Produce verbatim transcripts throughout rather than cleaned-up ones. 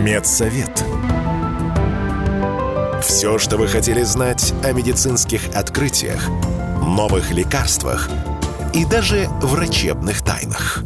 Медсовет. Все, что вы хотели знать о медицинских открытиях, новых лекарствах и даже врачебных тайнах.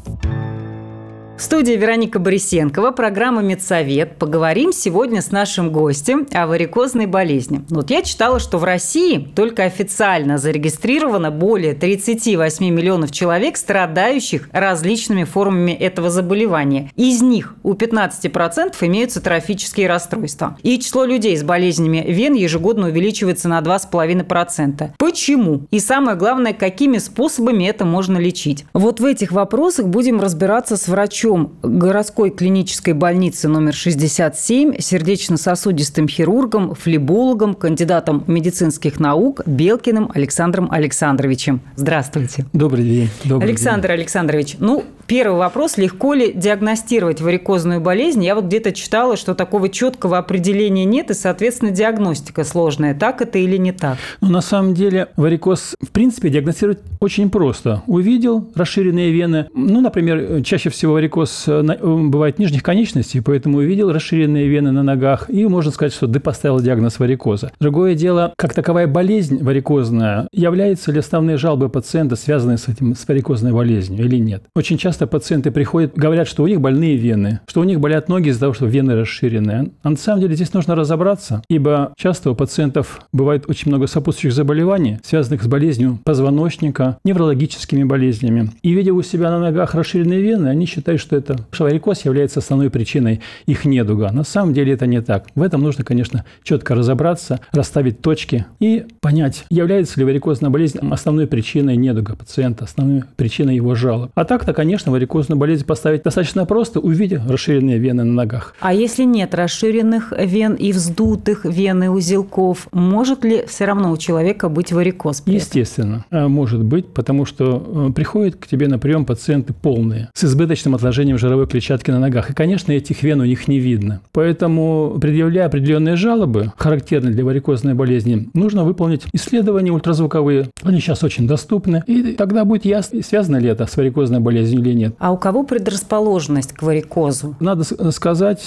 В студии Вероника Борисенкова, программа «Медсовет». Поговорим сегодня с нашим гостем о варикозной болезни. Вот я читала, что в России только официально зарегистрировано более тридцать восемь миллионов человек, страдающих различными формами этого заболевания. Из них у пятнадцати процентов имеются трофические расстройства. И число людей с болезнями вен ежегодно увеличивается на два с половиной процента. Почему? И самое главное, какими способами это можно лечить? Вот в этих вопросах будем разбираться с врачом городской клинической больницы номер шестьдесят семь, сердечно-сосудистым хирургом, флебологом, кандидатом медицинских наук Белкиным Александром Александровичем. Здравствуйте. Добрый день. Добрый Александр день. Александрович, ну, первый вопрос. Легко ли диагностировать варикозную болезнь? Я вот где-то читала, что такого четкого определения нет, и, соответственно, диагностика сложная. Так это или не так? Ну, на самом деле, варикоз, в принципе, диагностировать очень просто. Увидел расширенные вены. Ну, например, чаще всего варикоз бывает нижних конечностей, поэтому увидел расширенные вены на ногах, и можно сказать, что да, поставил диагноз варикоза. Другое дело, как таковая болезнь варикозная, являются ли основные жалобы пациента, связанные с этим, с варикозной болезнью или нет. Очень часто пациенты приходят, говорят, что у них больные вены, что у них болят ноги из-за того, что вены расширенные. А на самом деле здесь нужно разобраться, ибо часто у пациентов бывает очень много сопутствующих заболеваний, связанных с болезнью позвоночника, неврологическими болезнями. И видя у себя на ногах расширенные вены, они считают, что это что варикоз является основной причиной их недуга. На самом деле это не так. В этом нужно, конечно, четко разобраться, расставить точки и понять, является ли варикозная болезнь основной причиной недуга пациента, основной причиной его жалоб. А так-то, конечно, варикозную болезнь поставить достаточно просто, увидев расширенные вены на ногах. А если нет расширенных вен и вздутых вен и узелков, может ли все равно у человека быть варикоз? Естественно, может быть, потому что приходят к тебе на прием пациенты полные, с избыточным отложением жировой клетчатки на ногах. И, конечно, этих вен у них не видно. Поэтому, предъявляя определенные жалобы, характерные для варикозной болезни, нужно выполнить исследования ультразвуковые. Они сейчас очень доступны. И тогда будет ясно, связано ли это с варикозной болезнью или нет. А у кого предрасположенность к варикозу? Надо сказать,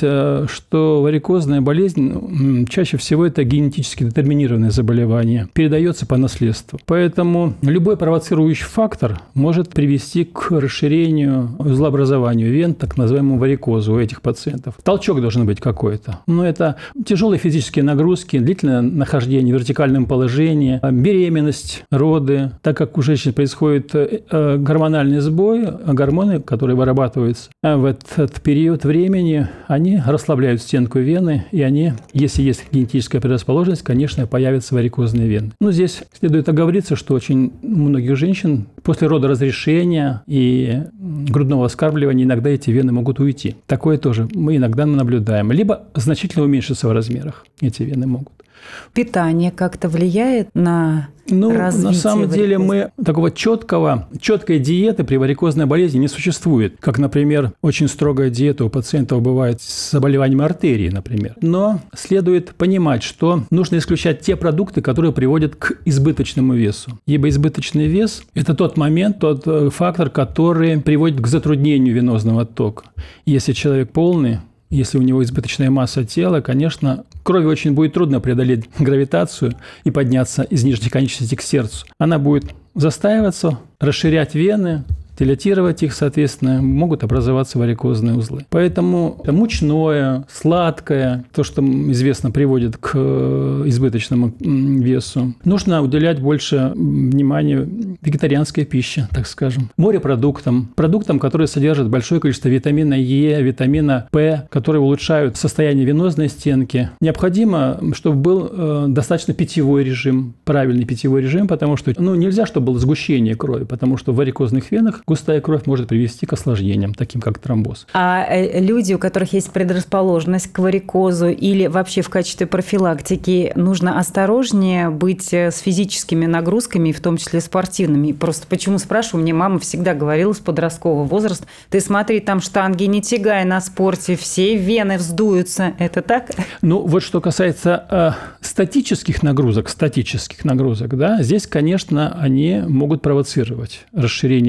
что варикозная болезнь чаще всего это генетически детерминированное заболевание. Передается по наследству. Поэтому любой провоцирующий фактор может привести к расширению узлообразованию вен, так называемому варикозу у этих пациентов. Толчок должен быть какой-то. Но это тяжелые физические нагрузки, длительное нахождение в вертикальном положении, беременность, роды. Так как у женщин происходит гормональный сбой, гормоны, которые вырабатываются в этот период времени, они расслабляют стенку вены, и они, если есть генетическая предрасположенность, конечно, появятся варикозные вены. Но здесь следует оговориться, что очень у многих женщин после родоразрешения и грудного вскармливания иногда эти вены могут уйти. Такое тоже мы иногда наблюдаем. Либо значительно уменьшиться в размерах эти вены могут. Питание как-то влияет на ну, развитие на самом варикоза? деле мы такого четкого, четкой диеты при варикозной болезни не существует. Как, например, очень строгая диета у пациентов бывает с заболеванием артерии, например. Но следует понимать, что нужно исключать те продукты, которые приводят к избыточному весу. Ибо избыточный вес – это тот момент, тот фактор, который приводит к затруднению венозного оттока. Если человек полный, если у него избыточная масса тела, конечно, крови очень будет трудно преодолеть гравитацию и подняться из нижних конечностей к сердцу. Она будет застаиваться, расширять вены, дилатировать их, соответственно, могут образоваться варикозные узлы. Поэтому мучное, сладкое, то, что известно, приводит к избыточному весу, нужно уделять больше внимания вегетарианской пище, так скажем, морепродуктам, продуктам, которые содержат большое количество витамина Е, витамина П, которые улучшают состояние венозной стенки. Необходимо, чтобы был достаточно питьевой режим, правильный питьевой режим, потому что ну, нельзя, чтобы было сгущение крови, потому что в варикозных венах густая кровь может привести к осложнениям, таким как тромбоз. А люди, у которых есть предрасположенность к варикозу или вообще в качестве профилактики, нужно осторожнее быть с физическими нагрузками, в том числе спортивными. Просто почему спрашиваю, мне мама всегда говорила с подросткового возраста, ты смотри, там штанги не тягай на спорте, все вены вздуются. Это так? Ну, вот что касается э, статических нагрузок, статических нагрузок, да, здесь, конечно, они могут провоцировать расширение вен,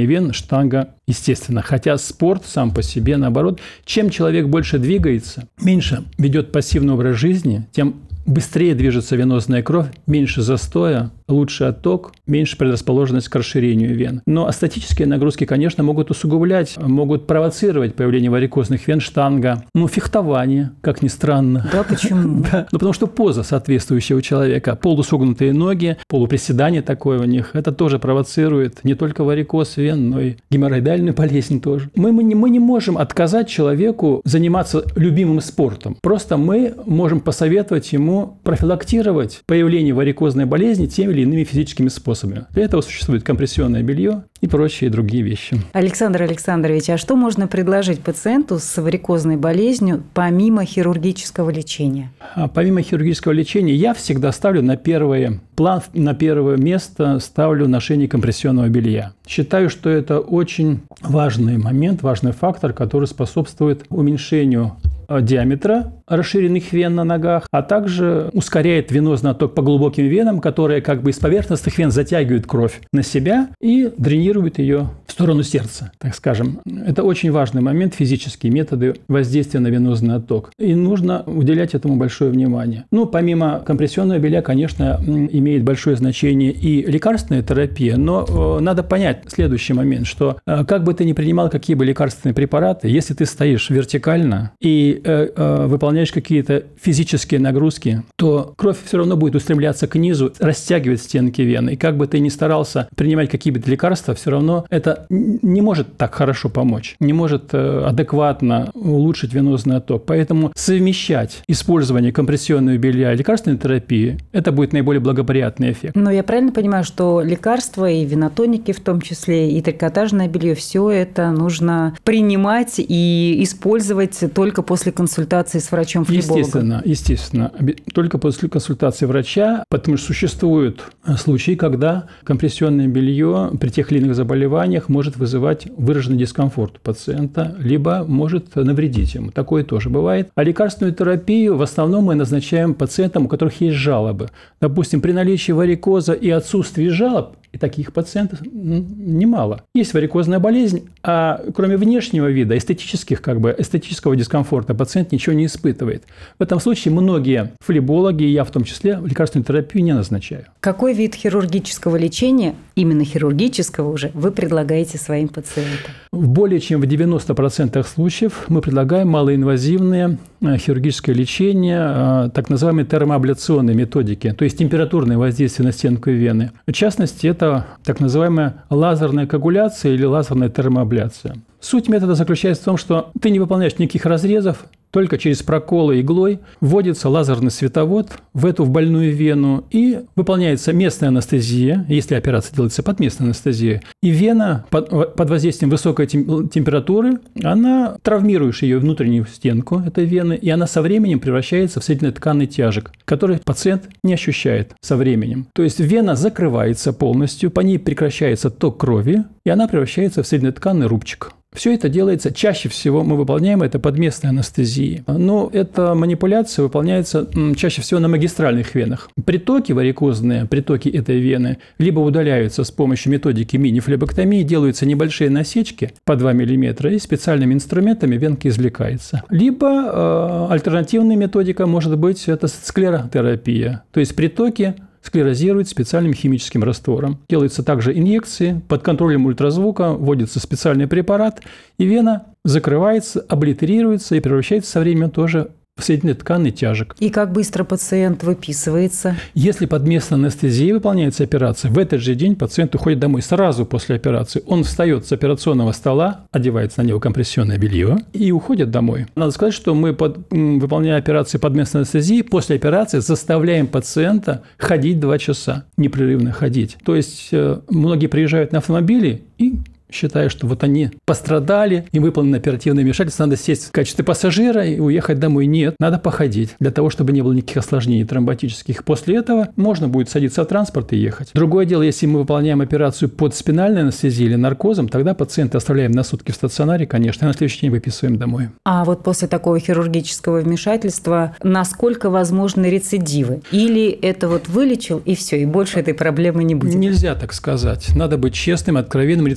штанга, естественно. Хотя спорт сам по себе, наоборот, чем человек больше двигается, меньше ведет пассивный образ жизни, тем быстрее движется венозная кровь, меньше застоя, лучший отток, меньше предрасположенность к расширению вен. Но астатические нагрузки, конечно, могут усугублять, могут провоцировать появление варикозных вен, штанга, ну, фехтование, как ни странно. Да, почему? Да. Ну, потому что поза соответствующая у человека, полусогнутые ноги, полуприседание такое у них, это тоже провоцирует не только варикоз вен, но и геморроидальную болезнь тоже. Мы, мы, не, мы не можем отказать человеку заниматься любимым спортом. Просто мы можем посоветовать ему профилактировать появление варикозной болезни теми или иными физическими способами. Для этого существует компрессионное белье и прочие другие вещи. Александр Александрович, а что можно предложить пациенту с варикозной болезнью помимо хирургического лечения? А помимо хирургического лечения я всегда ставлю на первый план, на первое место ставлю ношение компрессионного белья. Считаю, что это очень важный момент, важный фактор, который способствует уменьшению диаметра расширенных вен на ногах, а также ускоряет венозный отток по глубоким венам, которые как бы из поверхностных вен затягивают кровь на себя и дренируют ее в сторону сердца, так скажем. Это очень важный момент, физические методы воздействия на венозный отток. И нужно уделять этому большое внимание. Ну, помимо компрессионного белья, конечно, имеет большое значение и лекарственная терапия, но э, надо понять следующий момент, что э, как бы ты ни принимал какие бы лекарственные препараты, если ты стоишь вертикально и выполняешь какие-то физические нагрузки, то кровь все равно будет устремляться к низу, растягивать стенки вены. И как бы ты ни старался принимать какие-то лекарства, все равно это не может так хорошо помочь, не может адекватно улучшить венозный отток. Поэтому совмещать использование компрессионного белья и лекарственной терапии – это будет наиболее благоприятный эффект. Но я правильно понимаю, что лекарства и венотоники в том числе, и трикотажное белье – все это нужно принимать и использовать только после консультации с врачом-флебологом? Естественно, естественно. Только после консультации врача, потому что существуют случаи, когда компрессионное белье при тех или иных заболеваниях может вызывать выраженный дискомфорт у пациента, либо может навредить ему. Такое тоже бывает. А лекарственную терапию в основном мы назначаем пациентам, у которых есть жалобы. Допустим, при наличии варикоза и отсутствии жалоб, и таких пациентов немало. Есть варикозная болезнь, а кроме внешнего вида, эстетических, как бы, эстетического дискомфорта, пациент ничего не испытывает. В этом случае многие флебологи, и я в том числе, лекарственную терапию не назначаю. Какой вид хирургического лечения, именно хирургического уже, вы предлагаете своим пациентам? В более чем в девяноста процентах случаев мы предлагаем малоинвазивное хирургическое лечение, так называемые термоабляционные методики, то есть температурное воздействие на стенку вены. В частности, это Это так называемая лазерная коагуляция или лазерная термоабляция. Суть метода заключается в том, что ты не выполняешь никаких разрезов, только через проколы иглой вводится лазерный световод в эту в больную вену и выполняется местная анестезия, если операция делается под местной анестезией. И вена под, под воздействием высокой тем, температуры, она травмируешь ее внутреннюю стенку этой вены, и она со временем превращается в соединительно-тканный тяжек, который пациент не ощущает со временем. То есть вена закрывается полностью, по ней прекращается ток крови, и она превращается в соединительно-тканный рубчик. Все это делается, чаще всего мы выполняем это под местной анестезией. Но эта манипуляция выполняется чаще всего на магистральных венах. Притоки варикозные, притоки этой вены, либо удаляются с помощью методики мини-флебоктомии, делаются небольшие насечки по два миллиметра, и специальными инструментами венка извлекается. Либо э, альтернативная методика может быть это склеротерапия, то есть притоки склерозирует специальным химическим раствором. Делаются также инъекции, под контролем ультразвука вводится специальный препарат, и вена закрывается, облитерируется и превращается со временем тоже в соединительно-тканный тяжек. И как быстро пациент выписывается? Если под местной анестезией выполняется операция, в этот же день пациент уходит домой сразу после операции. Он встает с операционного стола, одевается на него компрессионное белье и уходит домой. Надо сказать, что мы, под, выполняя операции под местной анестезией, после операции заставляем пациента ходить два часа, непрерывно ходить. То есть многие приезжают на автомобиле и считая, что вот они пострадали, им выполнено оперативное вмешательство, надо сесть в качестве пассажира и уехать домой. Нет, надо походить, для того, чтобы не было никаких осложнений тромботических. После этого можно будет садиться в транспорт и ехать. Другое дело, если мы выполняем операцию под спинальной анестезией или наркозом, тогда пациента оставляем на сутки в стационаре, конечно, и на следующий день выписываем домой. А вот после такого хирургического вмешательства насколько возможны рецидивы? Или это вот вылечил и все, и больше этой проблемы не будет? Нельзя так сказать. Надо быть честным, откровенным. Рецидивы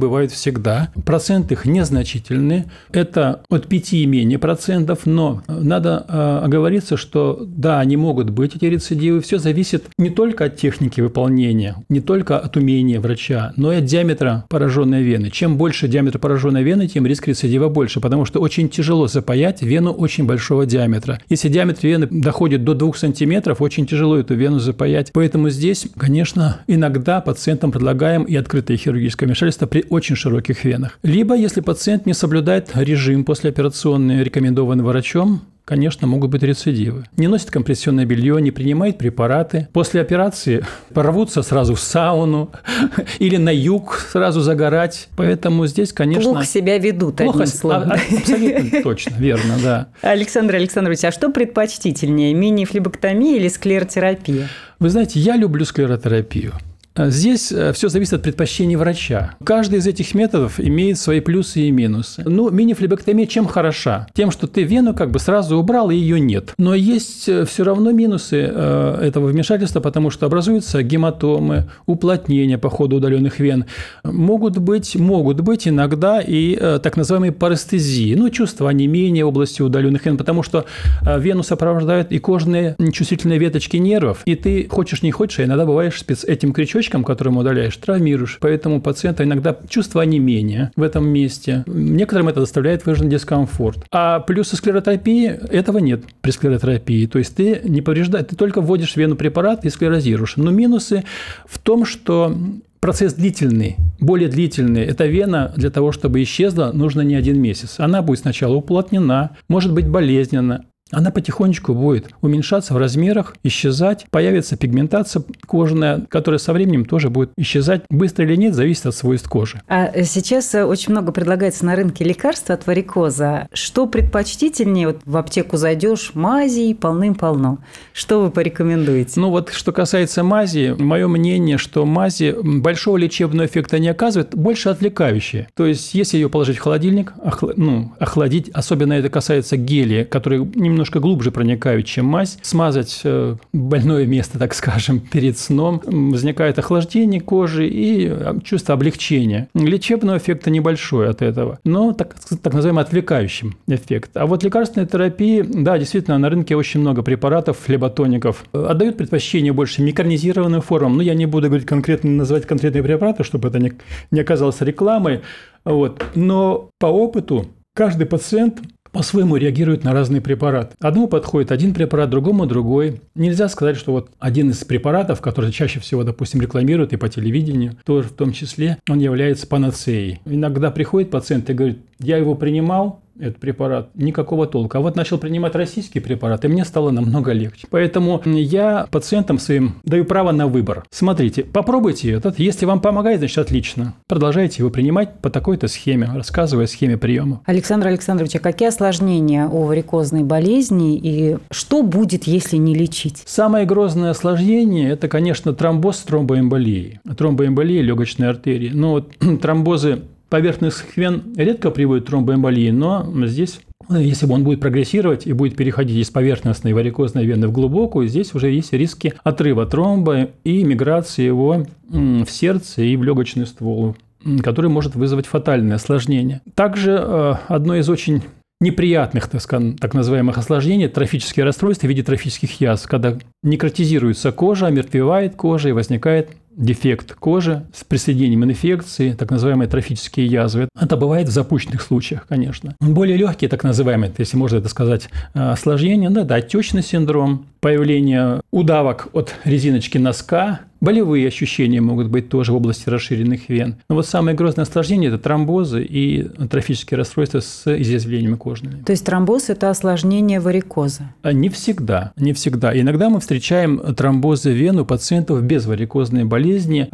бывают всегда. Процент их незначительный. Это от пяти и менее процентов. Но надо э, оговориться, что да, они могут быть, эти рецидивы. Все зависит не только от техники выполнения, не только от умения врача, но и от диаметра пораженной вены. Чем больше диаметр пораженной вены, тем риск рецидива больше, потому что очень тяжело запаять вену очень большого диаметра. Если диаметр вены доходит до двух сантиметров, очень тяжело эту вену запаять. Поэтому здесь, конечно, иногда пациентам предлагаем и открытое хирургическое вмешательство при очень широких венах. Либо, если пациент не соблюдает режим послеоперационный, рекомендованный врачом, конечно, могут быть рецидивы. Не носит компрессионное белье, не принимает препараты. После операции порвутся сразу в сауну или на юг сразу загорать. Поэтому здесь, конечно... Плохо себя ведут, плохо, одним словом. А, абсолютно точно, верно, да. Александр Александрович, а что предпочтительнее, мини-флебоктомия или склеротерапия? Вы знаете, я люблю склеротерапию. Здесь все зависит от предпочтений врача. Каждый из этих методов имеет свои плюсы и минусы. Ну, мини-флебоктомия чем хороша? Тем, что ты вену как бы сразу убрал, и ее нет. Но есть все равно минусы этого вмешательства, потому что образуются гематомы, уплотнения по ходу удаленных вен. Могут быть, могут быть иногда и так называемые парестезии, ну, чувство онемения в области удаленных вен, потому что вену сопровождают и кожные чувствительные веточки нервов, и ты хочешь не хочешь, а иногда бываешь спец этим крючочком, которым удаляешь, травмируешь. Поэтому у пациента иногда чувство онемения в этом месте. Некоторым это доставляет выраженный дискомфорт. А плюсы склеротерапии этого нет при склеротерапии. То есть ты не повреждаешь, ты только вводишь в вену препарат и склерозируешь. Но минусы в том, что процесс длительный, более длительный. Эта вена для того, чтобы исчезла, нужно не один месяц. Она будет сначала уплотнена, может быть болезненна. Она потихонечку будет уменьшаться в размерах, исчезать, появится пигментация кожная, которая со временем тоже будет исчезать. Быстро или нет, зависит от свойств кожи. А сейчас очень много предлагается на рынке лекарств от варикоза. Что предпочтительнее? Вот в аптеку зайдешь, мазей полным-полно. Что вы порекомендуете? Ну вот, что касается мази, мое мнение, что мази большого лечебного эффекта не оказывает, больше отвлекающие. То есть, если ее положить в холодильник, охла... ну, охладить, особенно это касается гелия, который немного немножко глубже проникают, чем мазь, смазать больное место, так скажем, перед сном, возникает охлаждение кожи и чувство облегчения. Лечебного эффекта небольшой от этого, но так, так называемый отвлекающий эффект. А вот лекарственной терапии, да, действительно, на рынке очень много препаратов, флеботоников. Отдают предпочтение больше микронизированным формам, но я не буду говорить конкретно, называть конкретные препараты, чтобы это не, не оказалось рекламой. Вот. Но по опыту каждый пациент по-своему реагирует на разные препараты. Одному подходит один препарат, другому другой. Нельзя сказать, что вот один из препаратов, который чаще всего, допустим, рекламируют и по телевидению, тоже в том числе, он является панацеей. Иногда приходит пациент и говорит: я его принимал, этот препарат, никакого толка. А вот начал принимать российский препарат, и мне стало намного легче. Поэтому я пациентам своим даю право на выбор. Смотрите, попробуйте этот. Если вам помогает, значит, отлично. Продолжайте его принимать по такой-то схеме, рассказывая о схеме приема. Александр Александрович, а какие осложнения у варикозной болезни и что будет, если не лечить? Самое грозное осложнение – это, конечно, тромбоз с тромбоэмболией. Тромбоэмболия легочной артерии. Но вот тромбозы поверхностных вен редко приводят к тромбоэмболии, но здесь, если бы он будет прогрессировать и будет переходить из поверхностной варикозной вены в глубокую, здесь уже есть риски отрыва тромба и миграции его в сердце и в легочный ствол, который может вызвать фатальное осложнение. Также одно из очень неприятных, так скажем, так называемых осложнений – трофические расстройства в виде трофических язв, когда некротизируется кожа, омертвевает кожа и возникает дефект кожи с присоединением инфекции, так называемые трофические язвы. Это бывает в запущенных случаях, конечно. Более легкие, так называемые, если можно это сказать, осложнения, да, да, отечный синдром, появление удавок от резиночки носка, болевые ощущения могут быть тоже в области расширенных вен. Но вот самое грозное осложнение – это тромбозы и трофические расстройства с изъязвлениями кожными. То есть тромбоз – это осложнение варикоза? Не всегда, не всегда. Иногда мы встречаем тромбозы вен у пациентов без варикозной болезни,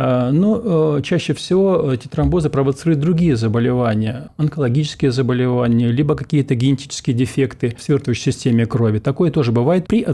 но чаще всего эти тромбозы провоцируют другие заболевания, онкологические заболевания, либо какие-то генетические дефекты в свертывающей системе крови. Такое тоже бывает при отсутствии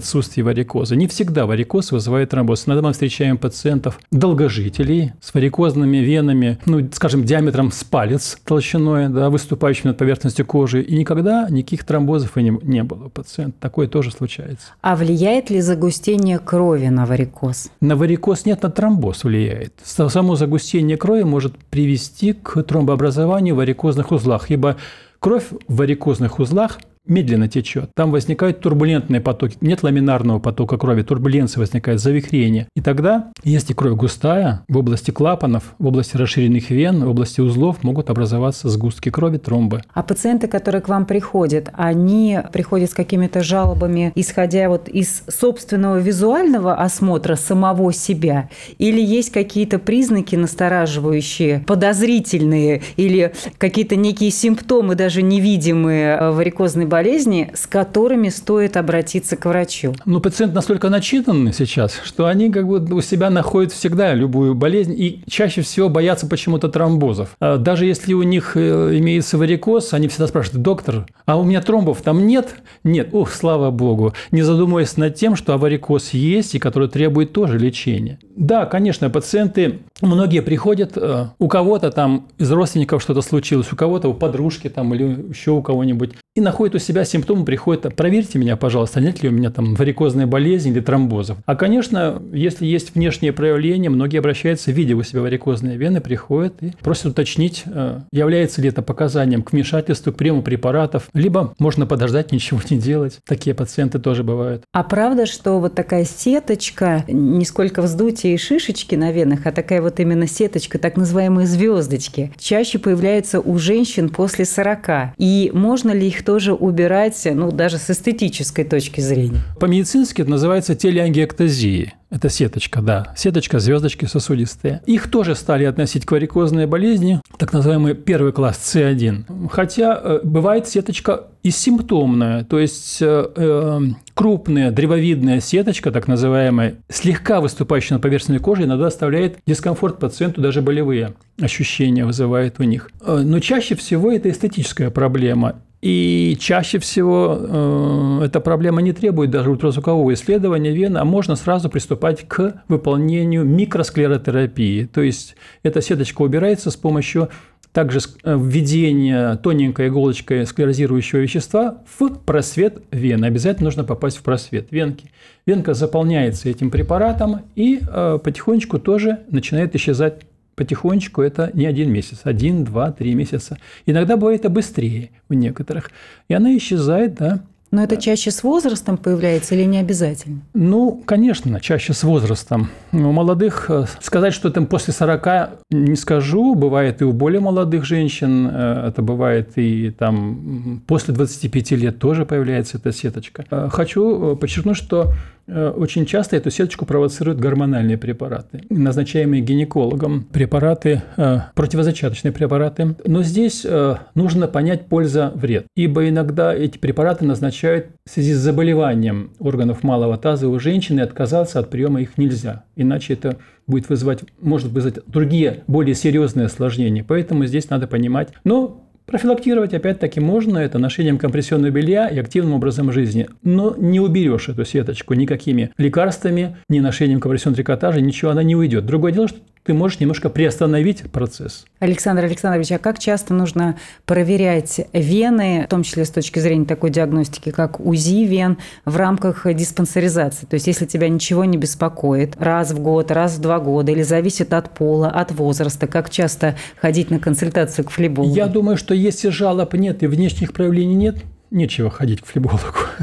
варикоза. Не всегда варикоз вызывает тромбоз. Иногда мы встречаем пациентов, долгожителей с варикозными венами, ну, скажем, диаметром с палец толщиной, да, выступающими над поверхностью кожи, и никогда никаких тромбозов и не, не было у пациента. Такое тоже случается. А влияет ли загустение крови на варикоз? На варикоз нет, на тромбоз влияет. Само загустение крови может привести к тромбообразованию в варикозных узлах, ибо кровь в варикозных узлах медленно течет. Там возникают турбулентные потоки. Нет ламинарного потока крови, турбуленция возникает, завихрение. И тогда, если кровь густая, в области клапанов, в области расширенных вен, в области узлов могут образоваться сгустки крови, тромбы. А пациенты, которые к вам приходят, они приходят с какими-то жалобами, исходя вот из собственного визуального осмотра самого себя? Или есть какие-то признаки настораживающие, подозрительные, или какие-то некие симптомы, даже невидимые варикозной болезни, болезни, с которыми стоит обратиться к врачу? Ну, пациенты настолько начитаны сейчас, что они как бы у себя находят всегда любую болезнь и чаще всего боятся почему-то тромбозов. Даже если у них имеется варикоз, они всегда спрашивают: доктор, а у меня тромбов там нет? Нет. Ух, слава богу. Не задумываясь над тем, что варикоз есть и который требует тоже лечения. Да, конечно, пациенты, многие приходят, у кого-то там из родственников что-то случилось, у кого-то у подружки там или еще у кого-нибудь, и находят у себя симптомы, приходят: проверьте меня, пожалуйста, нет ли у меня там варикозной болезни или тромбозов. А, конечно, если есть внешние проявления, многие обращаются, видя у себя варикозные вены, приходят и просят уточнить, является ли это показанием к вмешательству, к приему препаратов, либо можно подождать, ничего не делать. Такие пациенты тоже бывают. А правда, что вот такая сеточка, не сколько вздутия и шишечки на венах, а такая вот именно сеточка, так называемые звездочки, чаще появляются у женщин после сорока? И можно ли их тоже убирать, ну, даже с эстетической точки зрения? По-медицински это называется телеангиэктазией. Это сеточка, да. Сеточка, звездочки сосудистые. Их тоже стали относить к варикозной болезни, так называемый первый класс С один. Хотя э, бывает сеточка и симптомная, то есть э, крупная древовидная сеточка, так называемая, слегка выступающая на поверхности кожи, иногда оставляет дискомфорт пациенту, даже болевые ощущения вызывает у них. Но чаще всего это эстетическая проблема. И чаще всего э, эта проблема не требует даже ультразвукового исследования вены, а можно сразу приступать к выполнению микросклеротерапии. То есть эта сеточка убирается с помощью также введения тоненькой иголочкой склерозирующего вещества в просвет вены. Обязательно нужно попасть в просвет венки. Венка заполняется этим препаратом и э, потихонечку тоже начинает исчезать. Потихонечку это не один месяц, один, два, три месяца. Иногда бывает и быстрее у некоторых. И она исчезает, да. Но это чаще с возрастом появляется или не обязательно? Ну, конечно, чаще с возрастом. У молодых сказать, что там после сорока, не скажу. Бывает и у более молодых женщин. Это бывает и там после двадцати пяти лет тоже появляется эта сеточка. Хочу подчеркнуть, что очень часто эту сеточку провоцируют гормональные препараты, назначаемые гинекологом, препараты, противозачаточные препараты. Но здесь нужно понять польза-вред, ибо иногда эти препараты назначают в связи с заболеванием органов малого таза у женщины, и отказаться от приема их нельзя, иначе это будет вызывать, может вызвать другие, более серьезные осложнения. Поэтому здесь надо понимать. Но профилактировать, опять-таки, можно это ношением компрессионного белья и активным образом жизни. Но не уберешь эту сеточку никакими лекарствами, ни ношением компрессионного трикотажа, ничего, она не уйдет. Другое дело, что ты можешь немножко приостановить процесс. Александр Александрович, а как часто нужно проверять вены, в том числе с точки зрения такой диагностики, как УЗИ вен, в рамках диспансеризации? То есть, если тебя ничего не беспокоит, раз в год, раз в два года, или зависит от пола, от возраста, как часто ходить на консультацию к флебологу? Я думаю, что если жалоб нет и внешних проявлений нет, нечего ходить к флебологу.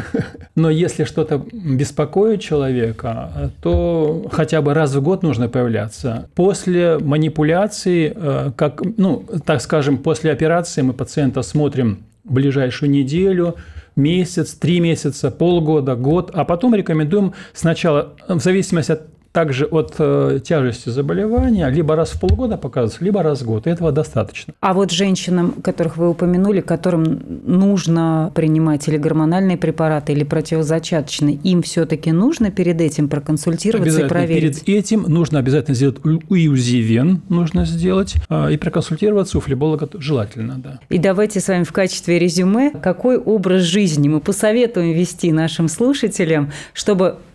Но если что-то беспокоит человека, то хотя бы раз в год нужно появляться. После манипуляции, как, ну, так скажем, после операции мы пациента смотрим ближайшую неделю, месяц, три месяца, полгода, год, а потом рекомендуем сначала, в зависимости от также от э, тяжести заболевания, либо раз в полгода показываться, либо раз в год. Этого достаточно. А вот женщинам, которых вы упомянули, которым нужно принимать или гормональные препараты, или противозачаточные, им все-таки нужно перед этим проконсультироваться и проверить? Перед этим нужно обязательно сделать УЗИ вен, нужно сделать, э, и проконсультироваться у флеболога желательно, да. И давайте с вами в качестве резюме, какой образ жизни мы посоветуем вести нашим слушателям, чтобы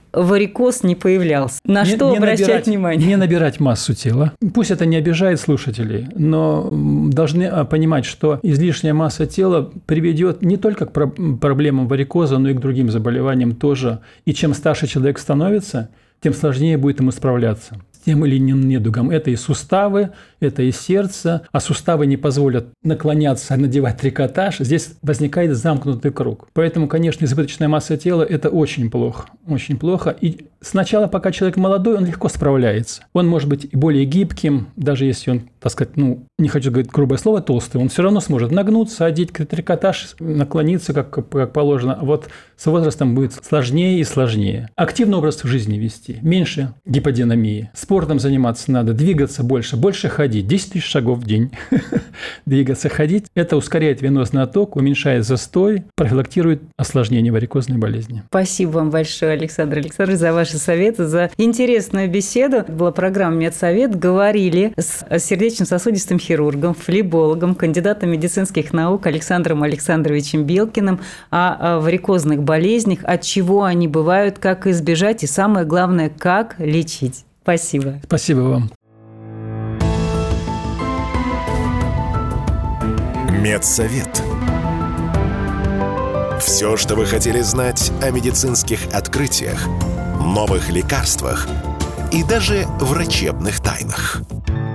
варикоз не появлялся. На не, что не обращать набирать, внимание? Не набирать массу тела. Пусть это не обижает слушателей, но должны понимать, что излишняя масса тела приведет не только к проблемам варикоза, но и к другим заболеваниям тоже. И чем старше человек становится, тем сложнее будет ему справляться с тем или иным недугом. Это и суставы, это и сердце, а суставы не позволят наклоняться, надевать трикотаж. Здесь возникает замкнутый круг. Поэтому, конечно, избыточная масса тела – это очень плохо. Очень плохо. И сначала, пока человек молодой, он легко справляется. Он может быть и более гибким, даже если он, так сказать, ну, не хочу говорить грубое слово, толстый, он все равно сможет нагнуться, одеть трикотаж, наклониться, как, как положено. А вот с возрастом будет сложнее и сложнее. Активный образ жизни вести, меньше гиподинамии. Спортом заниматься надо, двигаться больше, больше ходить. десять тысяч шагов в день. Двигаться, ходить. Это ускоряет венозный отток, уменьшает застой, профилактирует осложнение варикозной болезни. Спасибо вам большое, Александр Александрович, за ваши советы, за интересную беседу. Это была программа «Медсовет». Говорили с сердечно-сосудистым хирургом, флебологом, кандидатом медицинских наук Александром Александровичем Белкиным о варикозных болезнях, от чего они бывают, как избежать и, самое главное, как лечить. Спасибо. Спасибо вам. Медсовет. Все, что вы хотели знать о медицинских открытиях, новых лекарствах и даже врачебных тайнах.